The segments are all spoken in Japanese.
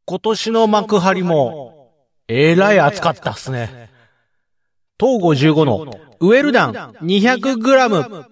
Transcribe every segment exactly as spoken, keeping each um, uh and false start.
今年の幕張も、えらい暑かったっすね。東郷じゅうごのウエルダン にひゃくグラム。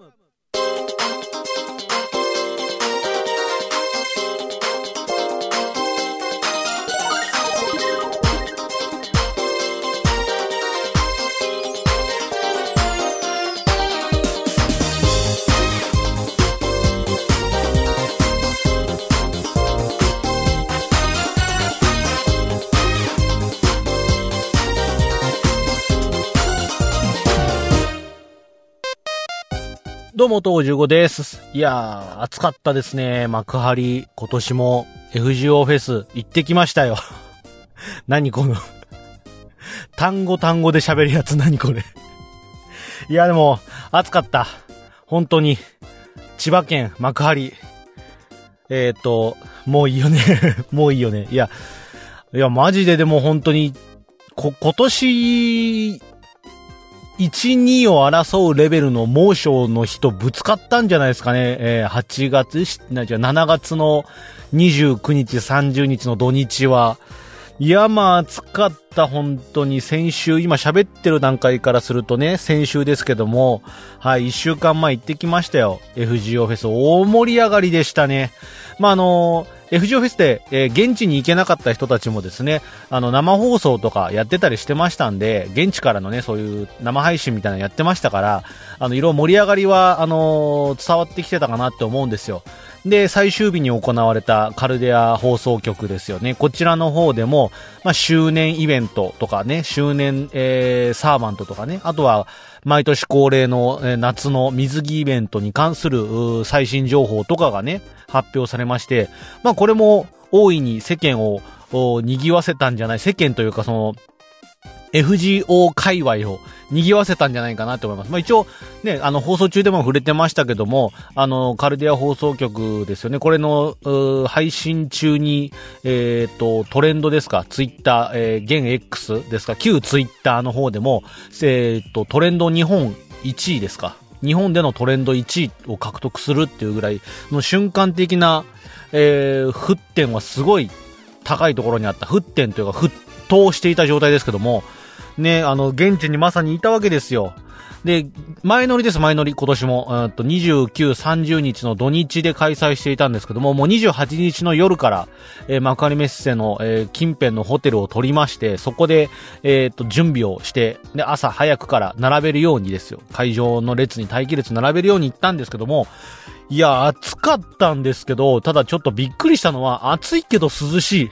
どうも、東郷じゅうごです。いやー、暑かったですね。幕張、今年も エフジーオー フェス行ってきましたよ。何この単語単語で喋るやつ、何これ。いや、でも、暑かった。本当に。千葉県幕張。えっと、もういいよね。もういいよね。いや、いや、マジででも本当に、こ、今年、いち、にを争うレベルの猛暑の日とぶつかったんじゃないですかね。えー、はちがつ、な、じゃ、しちがつのにじゅうくにち、さんじゅうにちの土日は。いや、まあ、暑かった、本当に。先週、今喋ってる段階からするとね、先週ですけども、はい、いっしゅうかんまえ行ってきましたよ。エフジーオー フェス、大盛り上がりでしたね。まあ、あのー、エフジーオー フェスで、えー、現地に行けなかった人たちもですね、あの、生放送とかやってたりしてましたんで、現地からのね、そういう生配信みたいなのやってましたから、あの、いろいろ盛り上がりは、あのー、伝わってきてたかなって思うんですよ。で、最終日に行われたカルデア放送局ですよね。こちらの方でも、まあ、周年イベントとかね、周年、えー、サーバントとかね、あとは、毎年恒例の、えー、夏の水着イベントに関する最新情報とかがね、発表されまして、まあこれも大いに世間を賑わせたんじゃない、世間というかその エフジーオー 界隈を賑わせたんじゃないかなと思います。まあ一応ね、あの放送中でも触れてましたけども、あのカルデア放送局ですよね。これの配信中に、えっと、トレンドですか、ツイッター、えー、現 X ですか、旧ツイッターの方でも、えっと、トレンド日本いちいですか。日本でのトレンドいちいを獲得するっていうぐらいの瞬間的な、えー、沸点はすごい高いところにあった。沸点というか沸騰していた状態ですけども、ね、あの、現地にまさにいたわけですよ。で、前乗りです、前乗り、今年も。うんと、にじゅうく、さんじゅうにちの土日で開催していたんですけども、もうにじゅうはちにちの夜から、えー、幕張メッセの、えー、近辺のホテルを取りまして、そこで、えっと、準備をして、で、朝早くから並べるようにですよ。会場の列に待機列並べるように行ったんですけども、いや、暑かったんですけど、ただちょっとびっくりしたのは、暑いけど涼しい。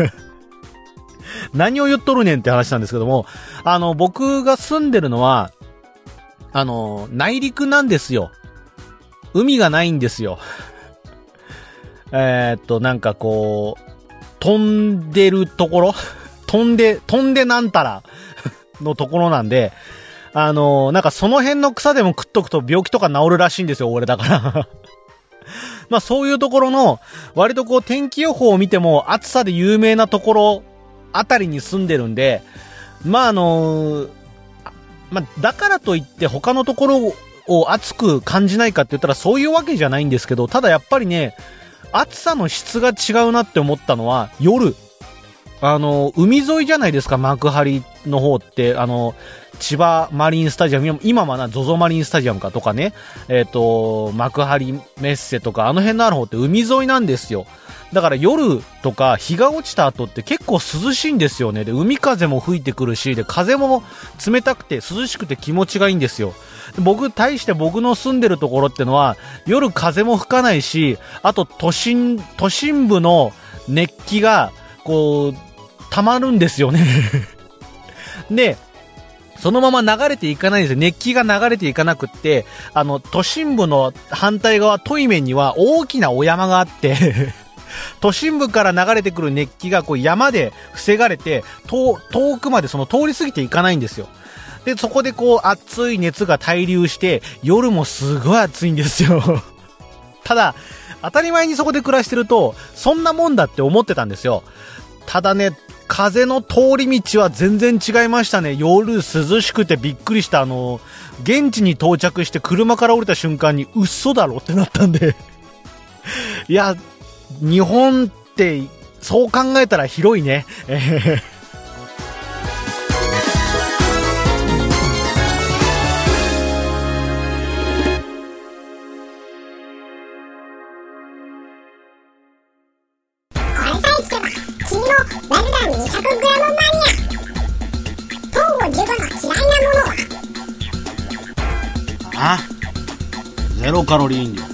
何を言っとるねんって話なんですけども、あの、僕が住んでるのは、あの、内陸なんですよ。海がないんですよ。えーっと、なんかこう、飛んでるところ飛んで、飛んでなんたらのところなんで、あの、なんかその辺の草でも食っとくと病気とか治るらしいんですよ、俺だから。まあそういうところの、割とこう天気予報を見ても暑さで有名なところあたりに住んでるんで、まああのー、まあ、だからといって他のところを暑く感じないかって言ったらそういうわけじゃないんですけど、ただやっぱりね、暑さの質が違うなって思ったのは夜、あの、海沿いじゃないですか、幕張の方って、あの、千葉マリンスタジアム、今はな、ゾゾマリンスタジアムかとかね、えっと、幕張メッセとか、あの辺のある方って海沿いなんですよ。だから夜とか日が落ちた後って結構涼しいんですよね。で、海風も吹いてくるし、で、風も冷たくて涼しくて気持ちがいいんですよ。で、僕、対して僕の住んでるところってのは、夜風も吹かないし、あと都心、都心部の熱気が、こう、溜まるんですよね。で、そのまま流れていかないんですよ。熱気が流れていかなくって、あの、都心部の反対側、遠い面には大きなお山があって、都心部から流れてくる熱気がこう山で防がれて、遠、遠くまでその通り過ぎていかないんですよ。で、そこでこう熱い熱が滞留して、夜もすごい暑いんですよ。ただ、当たり前にそこで暮らしてると、そんなもんだって思ってたんですよ。ただね、風の通り道は全然違いましたね。夜涼しくてびっくりした。あの、現地に到着して車から降りた瞬間に嘘だろってなったんで。いや、日本ってそう考えたら広いね。えーあ、ゼロカロリー飲料。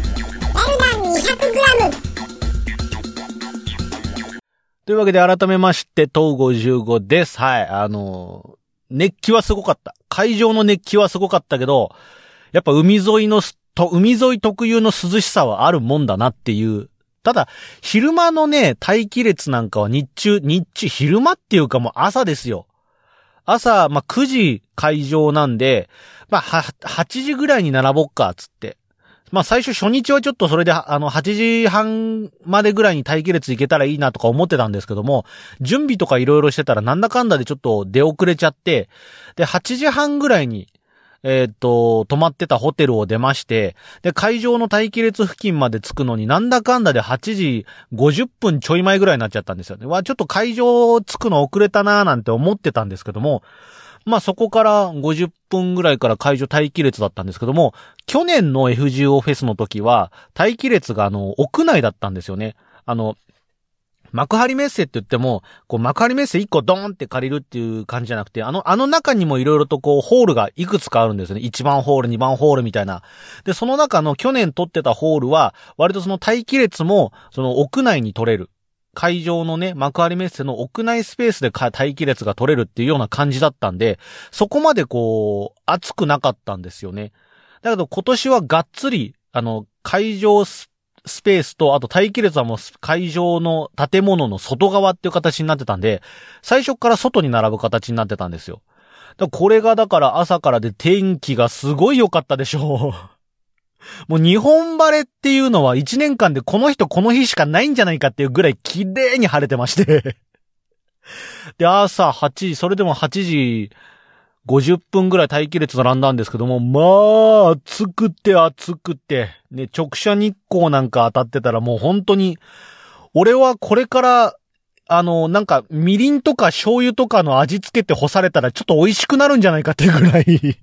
というわけで改めまして、東郷じゅうごです。はい。あのー、熱気はすごかった。会場の熱気はすごかったけど、やっぱ海沿いの、と海沿い特有の涼しさはあるもんだなっていう。ただ、昼間のね、待機列なんかは日中、日中、昼間っていうかもう朝ですよ。朝、まあ、くじ会場なんで、まあ、は、はちじぐらいに並ぼっか、つって。まあ、最初初日はちょっとそれで、あの、はちじはんまでぐらいに待機列行けたらいいなとか思ってたんですけども、準備とかいろいろしてたらなんだかんだでちょっと出遅れちゃって、で、はちじはんぐらいに、えっと、泊まってたホテルを出まして、で、会場の待機列付近まで着くのになんだかんだではちじごじゅっぷんちょい前ぐらいになっちゃったんですよね。わ、ちょっと会場着くの遅れたなーなんて思ってたんですけども、まあそこからごじゅっぷんぐらいから会場待機列だったんですけども、去年の エフジーオー フェスの時は、待機列があの、屋内だったんですよね。あの、幕張メッセって言っても、こう幕張メッセいっこドーンって借りるっていう感じじゃなくて、あの、あの中にもいろいろとこうホールがいくつかあるんですよね。いちばんホール、にばんホールみたいな。で、その中の去年撮ってたホールは、割とその待機列も、その屋内に撮れる。会場のね、幕張メッセの屋内スペースで待機列が取れるっていうような感じだったんで、そこまでこう、暑くなかったんですよね。だけど今年はがっつり、あの、会場スペースと、あと待機列はもう会場の建物の外側っていう形になってたんで、最初から外に並ぶ形になってたんですよ。だからこれがだから朝からで天気がすごい良かったでしょう。もう日本晴れっていうのは一年間でこの日とこの日しかないんじゃないかっていうぐらい綺麗に晴れてましてで、朝はちじ、それでもはちじごじゅっぷんぐらい待機列並んだんですけども、まあ、暑くて暑くて、ね、直射日光なんか当たってたらもう本当に、俺はこれから、あの、なんか、みりんとか醤油とかの味付けて干されたらちょっと美味しくなるんじゃないかっていうぐらい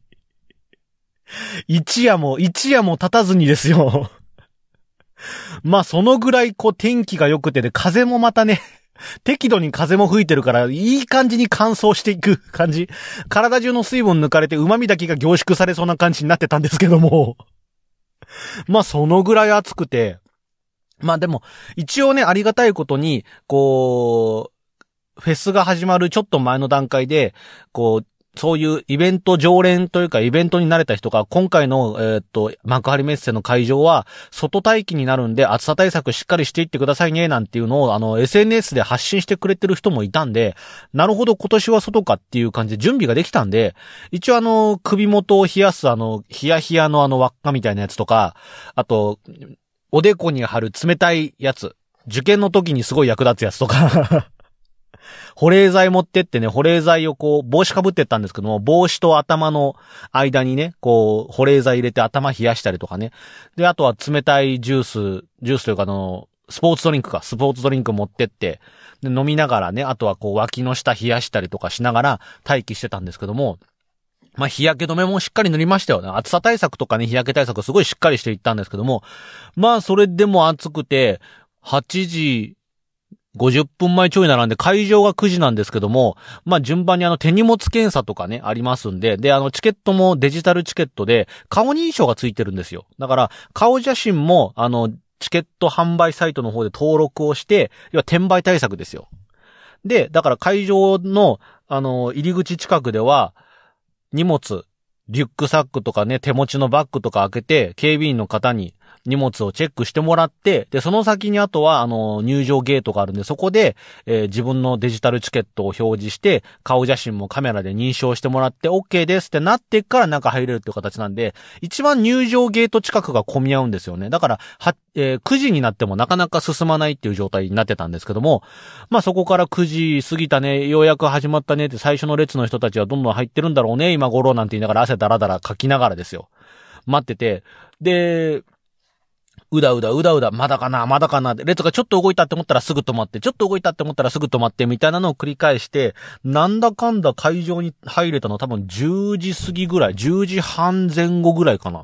一夜も、一夜も経たずにですよ。まあ、そのぐらい、こう、天気が良くてで、風もまたね、適度に風も吹いてるから、いい感じに乾燥していく感じ。体中の水分抜かれて、旨味だけが凝縮されそうな感じになってたんですけども。まあ、そのぐらい暑くて。まあでも、一応ね、ありがたいことに、こう、フェスが始まるちょっと前の段階で、こう、そういうイベント常連というかイベントに慣れた人が今回のえー、っと幕張メッセの会場は外待機になるんで暑さ対策しっかりしていってくださいねなんていうのをあの エスエヌエス で発信してくれてる人もいたんで、なるほど今年は外かっていう感じで準備ができたんで、一応あの首元を冷やすあのヒヤヒヤのあの輪っかみたいなやつとか、あとおでこに貼る冷たいやつ、受験の時にすごい役立つやつとか保冷剤持ってってね、保冷剤をこう、帽子かぶってったんですけども、帽子と頭の間にね、こう、保冷剤入れて頭冷やしたりとかね。で、あとは冷たいジュース、ジュースというかあの、スポーツドリンクか、スポーツドリンク持ってって、で飲みながらね、あとはこう、脇の下冷やしたりとかしながら待機してたんですけども、まあ、日焼け止めもしっかり塗りましたよね。暑さ対策とかね、日焼け対策すごいしっかりしていったんですけども、まあ、それでも暑くて、はちじごじゅっぷんまえちょい並んで、会場がくじなんですけども、まあ、順番にあの手荷物検査とかね、ありますんで、で、あのチケットもデジタルチケットで、顔認証がついてるんですよ。だから、顔写真も、あの、チケット販売サイトの方で登録をして、要は転売対策ですよ。で、だから会場の、あの、入り口近くでは、荷物、リュックサックとかね、手持ちのバッグとか開けて、警備員の方に、荷物をチェックしてもらって、で、その先にあとは、あの、入場ゲートがあるんで、そこで、えー、自分のデジタルチケットを表示して、顔写真もカメラで認証してもらって、OK ですってなってから中入れるっていう形なんで、一番入場ゲート近くが混み合うんですよね。だから、は、えー、くじになってもなかなか進まないっていう状態になってたんですけども、まあ、そこからくじ過ぎたね、ようやく始まったねって最初の列の人たちはどんどん入ってるんだろうね、今頃なんて言いながら汗だらだらかきながらですよ。待ってて、で、 うだうだうだうだ、まだかな、まだかな、列がちょっと動いたって思ったらすぐ止まって、ちょっと動いたって思ったらすぐ止まって、みたいなのを繰り返して、なんだかんだ会場に入れたの多分じゅうじ過ぎぐらい、じゅうじはん前後ぐらいかな。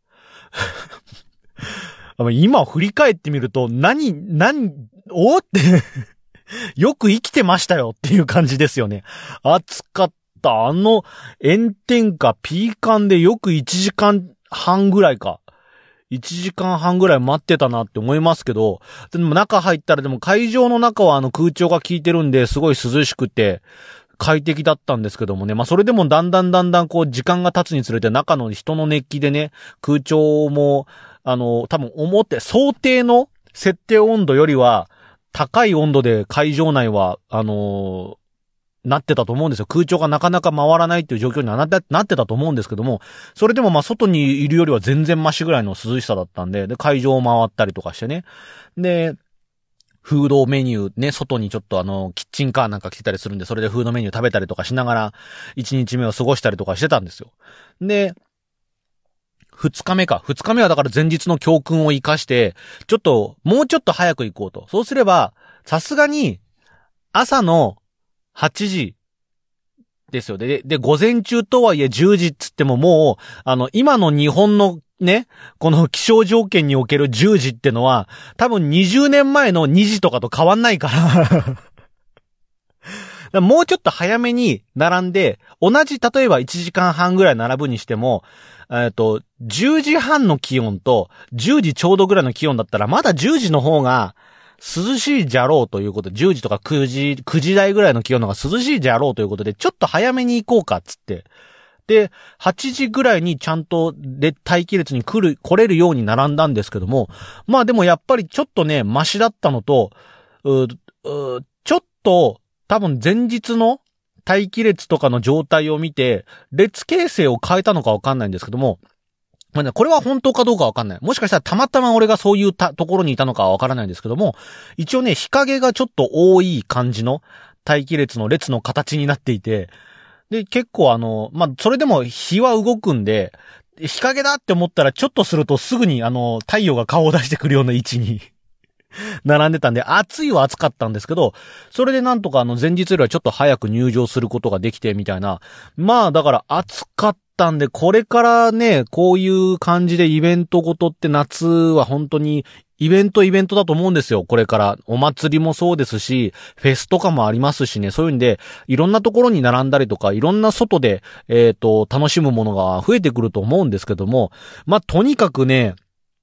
今振り返ってみると、何、何、おってよく生きてましたよっていう感じですよね。暑かった。あの炎天下ピーカンでよくいちじかんはんぐらいか。いちじかんはんぐらい待ってたなって思いますけど、でも中入ったらでも会場の中はあの空調が効いてるんですごい涼しくて快適だったんですけどもね。まあそれでもだんだんだんだんこう時間が経つにつれて中の人の熱気でね、空調もあの多分思って想定の設定温度よりは高い温度で会場内はあのなってたと思うんですよ。空調がなかなか回らないっていう状況にはなって、なってたと思うんですけども、それでもまあ外にいるよりは全然マシぐらいの涼しさだったんで、で、会場を回ったりとかしてね。で、フードメニューね、外にちょっとあの、キッチンカーなんか来てたりするんで、それでフードメニュー食べたりとかしながら、一日目を過ごしたりとかしてたんですよ。で、二日目か。二日目はだから前日の教訓を生かして、ちょっと、もうちょっと早く行こうと。そうすれば、さすがに、朝の、はちじですよ。で、で、午前中とはいえじゅうじっつってももう、あの、今の日本のね、この気象条件におけるじゅうじってのは、多分にじゅうねんまえのにじとかと変わんないから。からもうちょっと早めに並んで、同じ、例えばいちじかんはんぐらい並ぶにしても、えっと、じゅうじはんの気温とじゅうじちょうどぐらいの気温だったら、まだじゅうじの方が涼しいじゃろうということで、じゅうじとかくじ、くじ台ぐらいの気温の方が涼しいじゃろうということで、ちょっと早めに行こうかっつって。で、はちじぐらいにちゃんとで待機列に来る、来れるように並んだんですけども、まあでもやっぱりちょっとね、マシだったのと、ううちょっと多分前日の待機列とかの状態を見て、列形成を変えたのかわかんないんですけども、まあね、これは本当かどうかわかんない。もしかしたらたまたま俺がそういうたところにいたのかはわからないんですけども、一応ね、日陰がちょっと多い感じの待機列の列の形になっていて、で、結構あの、まあ、それでも日は動くんで、日陰だって思ったらちょっとするとすぐにあの、太陽が顔を出してくるような位置に並んでたんで、暑いは暑かったんですけど、それでなんとかあの、前日よりはちょっと早く入場することができてみたいな。まあ、だから暑かったんで、これからね、こういう感じでイベントごとって夏は本当にイベントイベントだと思うんですよ。これからお祭りもそうですし、フェスとかもありますしね。そういうんで、いろんなところに並んだりとか、いろんな外で、えっと、楽しむものが増えてくると思うんですけども、まあ、とにかくね、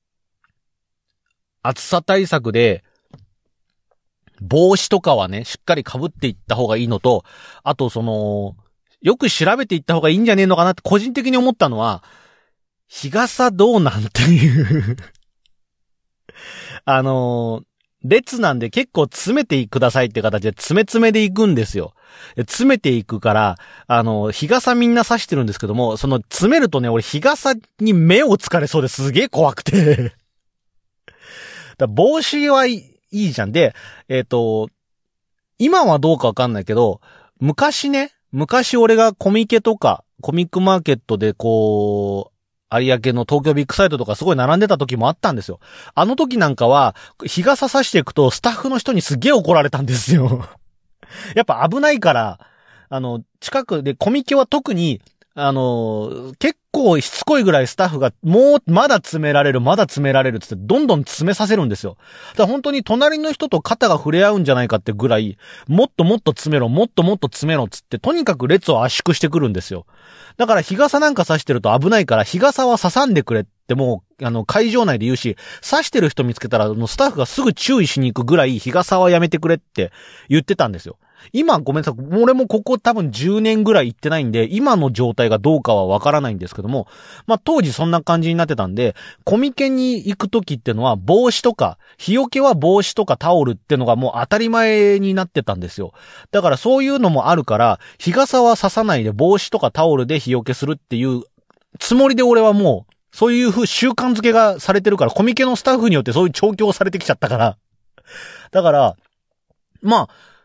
暑さ対策で、帽子とかはね、しっかり被っていった方がいいのと、あとその、よく調べていった方がいいんじゃねえのかなって個人的に思ったのは、日傘どうなんていうあのー、列なんで結構詰めてくださいって形で詰め詰めで行くんですよ。詰めていくから、あのー、日傘みんな差してるんですけども、その詰めるとね、俺日傘に目をつかれそうですげえ怖くてだ帽子はいい、いいじゃん。で、えっと、今はどうかわかんないけど、昔ね、昔俺がコミケとか、コミックマーケットでこう、有明の東京ビッグサイトとかすごい並んでた時もあったんですよ。あの時なんかは、日傘差していくとスタッフの人にすげえ怒られたんですよ。やっぱ危ないから、あの、近くでコミケは特に、あの、結構しつこいぐらいスタッフが、もう、まだ詰められる、まだ詰められるってって、どんどん詰めさせるんですよ。だから本当に隣の人と肩が触れ合うんじゃないかってぐらい、もっともっと詰めろ、もっともっと詰めろっつって、とにかく列を圧縮してくるんですよ。だから日傘なんか差してると危ないから、日傘は刺さんでくれってもう、あの、会場内で言うし、刺してる人見つけたら、もうスタッフがすぐ注意しに行くぐらい、日傘はやめてくれって言ってたんですよ。今ごめんなさい。俺もここ多分じゅうねんぐらい行ってないんで、今の状態がどうかはわからないんですけども、まあ当時そんな感じになってたんで、コミケに行く時ってのは帽子とか、日よけは帽子とかタオルってのがもう当たり前になってたんですよ。だからそういうのもあるから、日傘は差さないで帽子とかタオルで日よけするっていうつもりで俺はもう、そういう風習慣づけがされてるから、コミケのスタッフによってそういう調教されてきちゃったから。だから、まあ、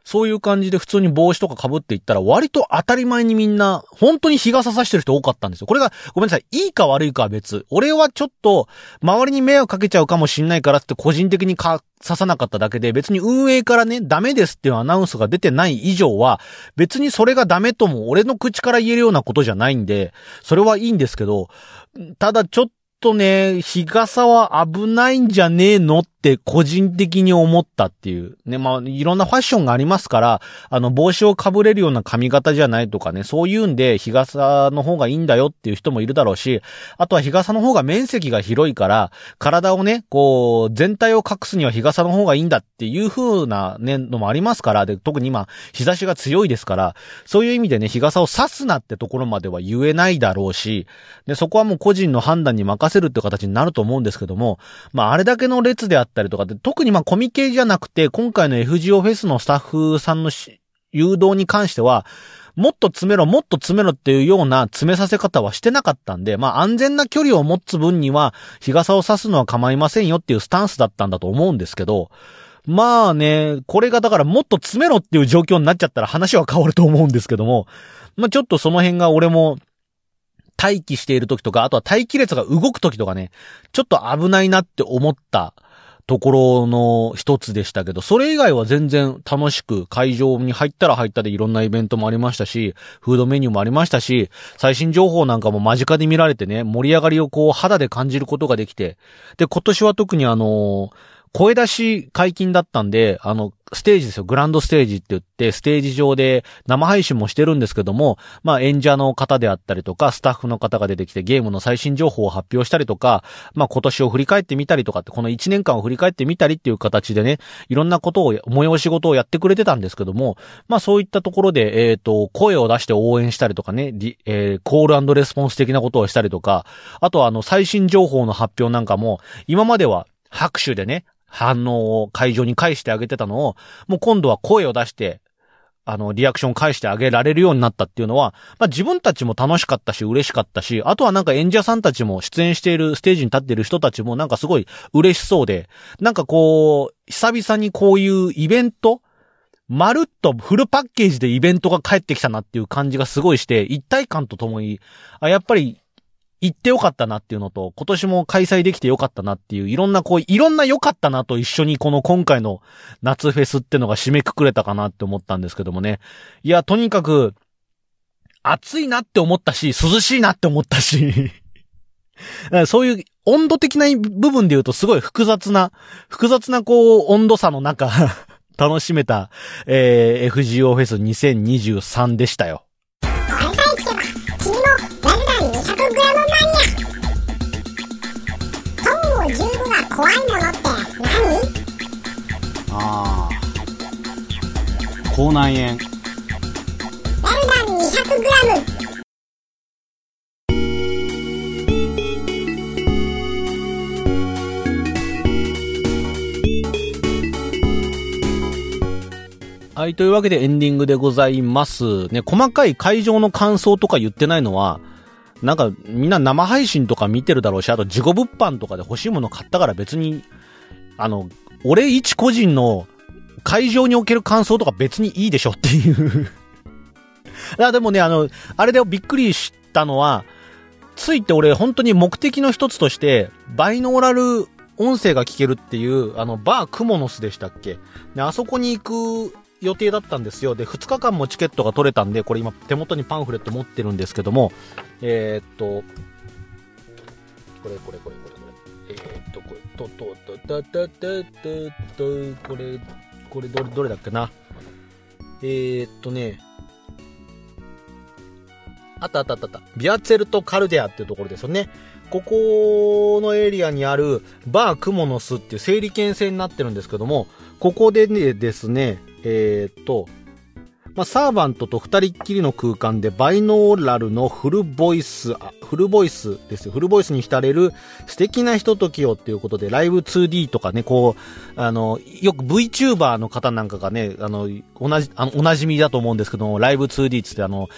そういう感じで普通に帽子とか被っていったら割と当たり前にみんな本当に日傘差してる人多かったんですよ。これがごめんなさい、いいか悪いかは別。俺はちょっと周りに迷惑かけちゃうかもしんないからって個人的にか刺さなかっただけで、別に運営からね、ダメですっていうアナウンスが出てない以上は、別にそれがダメとも俺の口から言えるようなことじゃないんで、それはいいんですけど、ただちょっとね、日傘は危ないんじゃねえのって個人的に思ったっていう。ね、まあ、いろんなファッションがありますから、あの、帽子をかぶれるような髪型じゃないとかね、そういうんで日傘の方がいいんだよっていう人もいるだろうし、あとは日傘の方が面積が広いから、体をね、こう、全体を隠すには日傘の方がいいんだっていう風なね、のもありますから、で、特に今、日差しが強いですから、そういう意味でね、日傘を差すなってところまでは言えないだろうし、で、そこはもう個人の判断に任せるって形になると思うんですけども、まあ、あれだけの列であったりとかで、特にまあ、コミケじゃなくて、今回の エフジーオー フェスのスタッフさんの誘導に関しては、もっと詰めろ、もっと詰めろっていうような詰めさせ方はしてなかったんで、まあ、安全な距離を持つ分には、日傘を差すのは構いませんよっていうスタンスだったんだと思うんですけど、まあね、これがだからもっと詰めろっていう状況になっちゃったら話は変わると思うんですけども、まあ、ちょっとその辺が俺も、待機している時とか、あとは待機列が動く時とかね、ちょっと危ないなって思ったところの一つでしたけど、それ以外は全然楽しく会場に入ったら入ったでいろんなイベントもありましたし、フードメニューもありましたし、最新情報なんかも間近で見られてね、盛り上がりをこう肌で感じることができて、で、今年は特にあの、声出し解禁だったんで、あの、ステージですよ。グランドステージって言って、ステージ上で生配信もしてるんですけども、まあ演者の方であったりとか、スタッフの方が出てきてゲームの最新情報を発表したりとか、まあ今年を振り返ってみたりとかって、このいちねんかんを振り返ってみたりっていう形でね、いろんなことを、催し事をやってくれてたんですけども、まあそういったところで、えっと、声を出して応援したりとかね、えー、コール&レスポンス的なことをしたりとか、あとはあの最新情報の発表なんかも、今までは拍手でね、反応を会場に返してあげてたのを、もう今度は声を出して、あの、リアクション返してあげられるようになったっていうのは、まあ自分たちも楽しかったし、嬉しかったし、あとはなんか演者さんたちも出演している、ステージに立っている人たちもなんかすごい嬉しそうで、なんかこう、久々にこういうイベント、まるっとフルパッケージでイベントが帰ってきたなっていう感じがすごいして、一体感とともに、あ、やっぱり、行ってよかったなっていうのと、今年も開催できてよかったなっていう、いろんなこう、いろんな良かったなと一緒にこの今回の夏フェスってのが締めくくれたかなって思ったんですけどもね。いや、とにかく、暑いなって思ったし、涼しいなって思ったし、そういう温度的な部分で言うとすごい複雑な、複雑なこう、温度差の中、楽しめた、えー、エフジーオー フェスにせんにじゅうさんでしたよ。 怖いものって何？ ああ、口内炎。 エルダン にひゃくグラム。 はい、というわけでエンディングでございます。ね、細かい会場の感想とか言ってないのは、なんかみんな生配信とか見てるだろうし、あと自己物販とかで欲しいもの買ったから別に、あの、俺一個人の会場における感想とか別にいいでしょっていういやでもね、あの、あれでびっくりしたのは、ついて俺本当に目的の一つとして、バイノーラル音声が聞けるっていう、あの、バークモノスでしたっけ？で、あそこに行く予定だったんですよ。で、ふつかかんもチケットが取れたんで、これ今手元にパンフレット持ってるんですけども、えー、っと、これこれこれこれこれ、えー、っと、これ、と、と、と、と、と、と、と、これ、これどれ、どれだっけな。えー、っとね、あったあったあったあった。ビアツェルト・カルデアっていうところですよね。ここのエリアにあるバークモノスっていう整理券制になってるんですけども、ここでねですね、えー、っと、まあ、サーバントと二人っきりの空間でバイノーラルのフルボイス、あ、フルボイスですよ。フルボイスに浸れる素敵なひとときをっていうことで、ライブ ツーディー とかね、こう、あの、よく VTuber の方なんかがね、あの、同じ、あの、おなじみだと思うんですけども、ライブ ツーディー つってあの、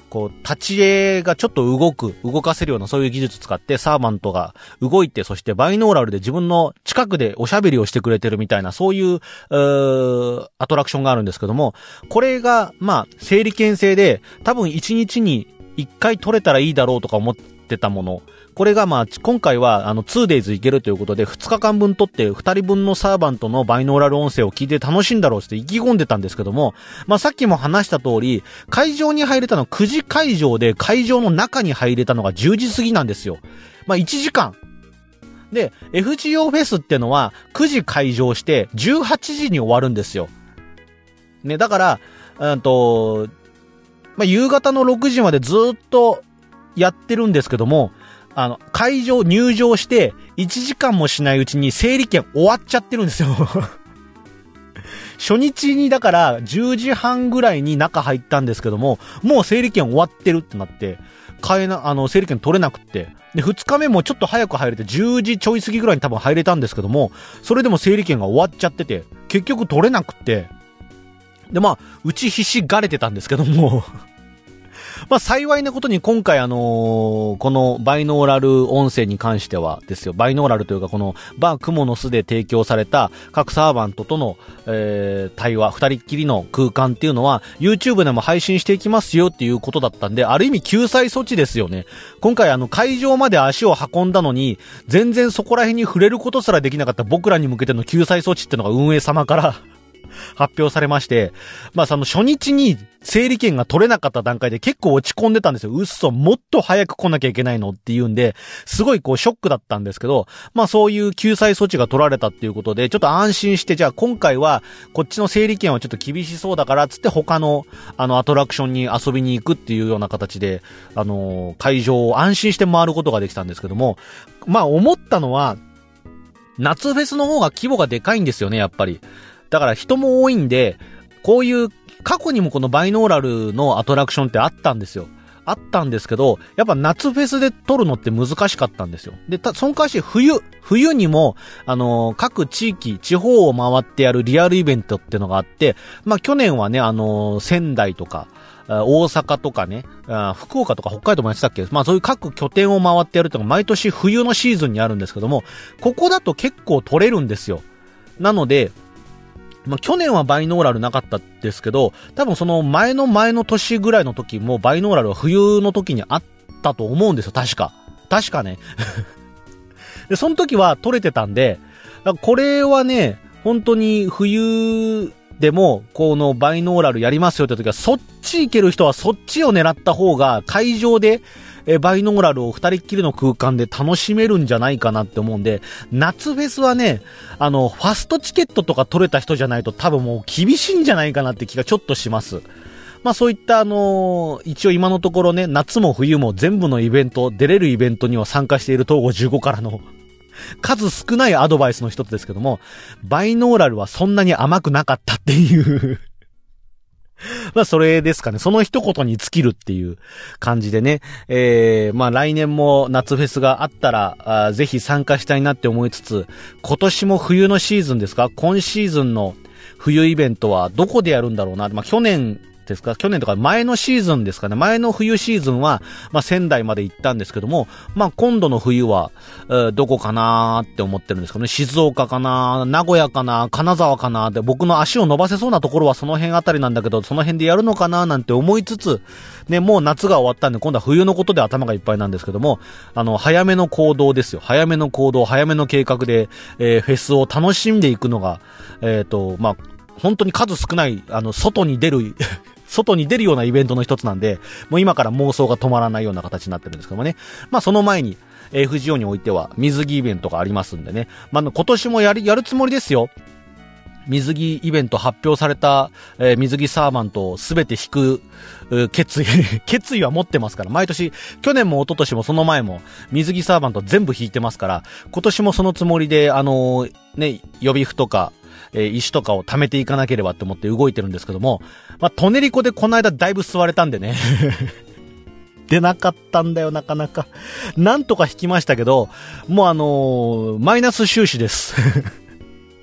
こう、立ち絵がちょっと動く、動かせるようなそういう技術使ってサーバントが動いて、そしてバイノーラルで自分の近くでおしゃべりをしてくれてるみたいな、そういう、うーアトラクションがあるんですけども、これが、まあ、整理券制で、多分いちにちにいっかい取れたらいいだろうとか思ってたもの、これがまあ、今回はあの ツーデイズ いけるということで、ふつかかんぶん取ってふたりぶんのサーバントのバイノーラル音声を聞いて楽しいんだろうって意気込んでたんですけども、まあさっきも話した通り、会場に入れたのくじ会場で、会場の中に入れたのがじゅうじ過ぎなんですよ。まあいちじかん。で、エフジーオー フェスってのはくじ会場してじゅうはちじに終わるんですよ。ね、だから、うんと、まあ夕方のろくじまでずっとやってるんですけども、あの、会場入場していちじかんもしないうちに整理券終わっちゃってるんですよ。初日にだからじゅうじはんぐらいに中入ったんですけども、もう整理券終わってるってなって、買えな、あの、整理券取れなくって。で、ふつかめもちょっと早く入れてじゅうじちょい過ぎぐらいに多分入れたんですけども、それでも整理券が終わっちゃってて、結局取れなくって。で、まあ、うちひしがれてたんですけども、まあ幸いなことに今回あのー、このバイノーラル音声に関してはですよ、バイノーラルというかこのバークモの巣で提供された各サーバントとの、えー、対話、二人っきりの空間っていうのは YouTube でも配信していきますよっていうことだったんで、ある意味救済措置ですよね。今回あの会場まで足を運んだのに、全然そこら辺に触れることすらできなかった僕らに向けての救済措置っていうのが運営様から発表されまして、まあその初日に整理券が取れなかった段階で結構落ち込んでたんですよ。うっそ、もっと早く来なきゃいけないのっていうんで、すごいこうショックだったんですけど、まあそういう救済措置が取られたっていうことで、ちょっと安心して、じゃあ今回はこっちの整理券はちょっと厳しそうだからつって他のあのアトラクションに遊びに行くっていうような形で、あのー、会場を安心して回ることができたんですけども、まあ思ったのは、夏フェスの方が規模がでかいんですよね、やっぱり。だから人も多いんで、こういう過去にもこのバイノーラルのアトラクションってあったんですよ。あったんですけど、やっぱ夏フェスで撮るのって難しかったんですよ。で、た、その代わり冬、冬にも、あのー、各地域、地方を回ってやるリアルイベントってのがあって、まあ去年はね、あのー、仙台とか、大阪とかね、福岡とか北海道もやってたっけ？まあそういう各拠点を回ってやるってのが毎年冬のシーズンにあるんですけども、ここだと結構撮れるんですよ。なので、まあ、去年はバイノーラルなかったですけど、多分その前の前の年ぐらいの時もバイノーラルは冬の時にあったと思うんですよ、確か。確かね。で、その時は撮れてたんで、これはね、本当に冬でも、このバイノーラルやりますよって時は、そっち行ける人はそっちを狙った方が、会場で、え、バイノーラルを二人っきりの空間で楽しめるんじゃないかなって思うんで、夏フェスはね、あの、ファストチケットとか取れた人じゃないと多分もう厳しいんじゃないかなって気がちょっとします。まあそういったあのー、一応今のところね、夏も冬も全部のイベント、出れるイベントには参加している東郷じゅうごからの数少ないアドバイスの一つですけども、バイノーラルはそんなに甘くなかったっていうまあそれですかね。その一言に尽きるっていう感じでね。えー、まあ来年も夏フェスがあったら、あぜひ参加したいなって思いつつ、今年も冬のシーズンですか？今シーズンの冬イベントはどこでやるんだろうな。まあ去年ですか？去年とか前のシーズンですかね。前の冬シーズンは、まあ仙台まで行ったんですけども、まあ今度の冬は、えー、どこかなーって思ってるんですけどね。静岡かなー、名古屋かなー、金沢かなーって、僕の足を伸ばせそうなところはその辺あたりなんだけど、その辺でやるのかなーなんて思いつつ、ね、もう夏が終わったんで、今度は冬のことで頭がいっぱいなんですけども、あの、早めの行動ですよ。早めの行動、早めの計画で、えー、フェスを楽しんでいくのが、えっと、まあ、本当に数少ない、あの、外に出る、外に出るようなイベントの一つなんで、もう今から妄想が止まらないような形になってるんですけどもね。まあその前に、エフジーオー においては水着イベントがありますんでね。まあ今年もやり、やるつもりですよ。水着イベント発表された、えー、水着サーバントをすべて引く、決意、決意は持ってますから、毎年、去年も一昨年もその前も水着サーバント全部引いてますから、今年もそのつもりで、あのー、ね、予備符とか、えー、石とかを貯めていかなければって思って動いてるんですけども、まあ、トネリコでこの間だいぶ吸われたんでね。出なかったんだよ、なかなか。なんとか引きましたけど、もうあのー、マイナス収支です。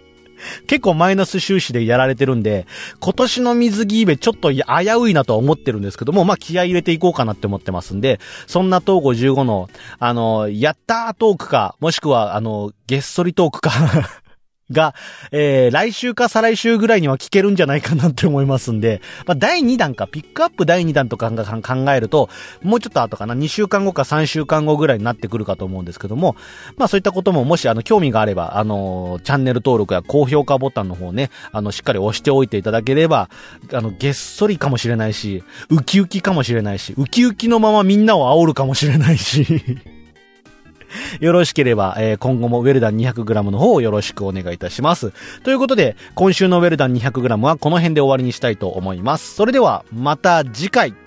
結構マイナス収支でやられてるんで、今年の水着イベちょっと危ういなとは思ってるんですけども、まあ気合い入れていこうかなって思ってますんで、そんな東郷じゅうごの、あの、やったートークか、もしくは、あの、げっそりトークか、が、えー、来週か再来週ぐらいには聞けるんじゃないかなって思いますんで、まあ、だいにだんか、ピックアップだいにだんとか考えると、もうちょっと後かな、にしゅうかんごかさんしゅうかんごぐらいになってくるかと思うんですけども、まあそういったことももしあの興味があれば、あのー、チャンネル登録や高評価ボタンの方ね、あの、しっかり押しておいていただければ、あの、げっそりかもしれないし、ウキウキかもしれないし、ウキウキのままみんなを煽るかもしれないし、よろしければ、えー、今後もウェルダン にひゃくグラム の方をよろしくお願いいたします。ということで、今週のウェルダン にひゃくグラム はこの辺で終わりにしたいと思います。それでは、また次回。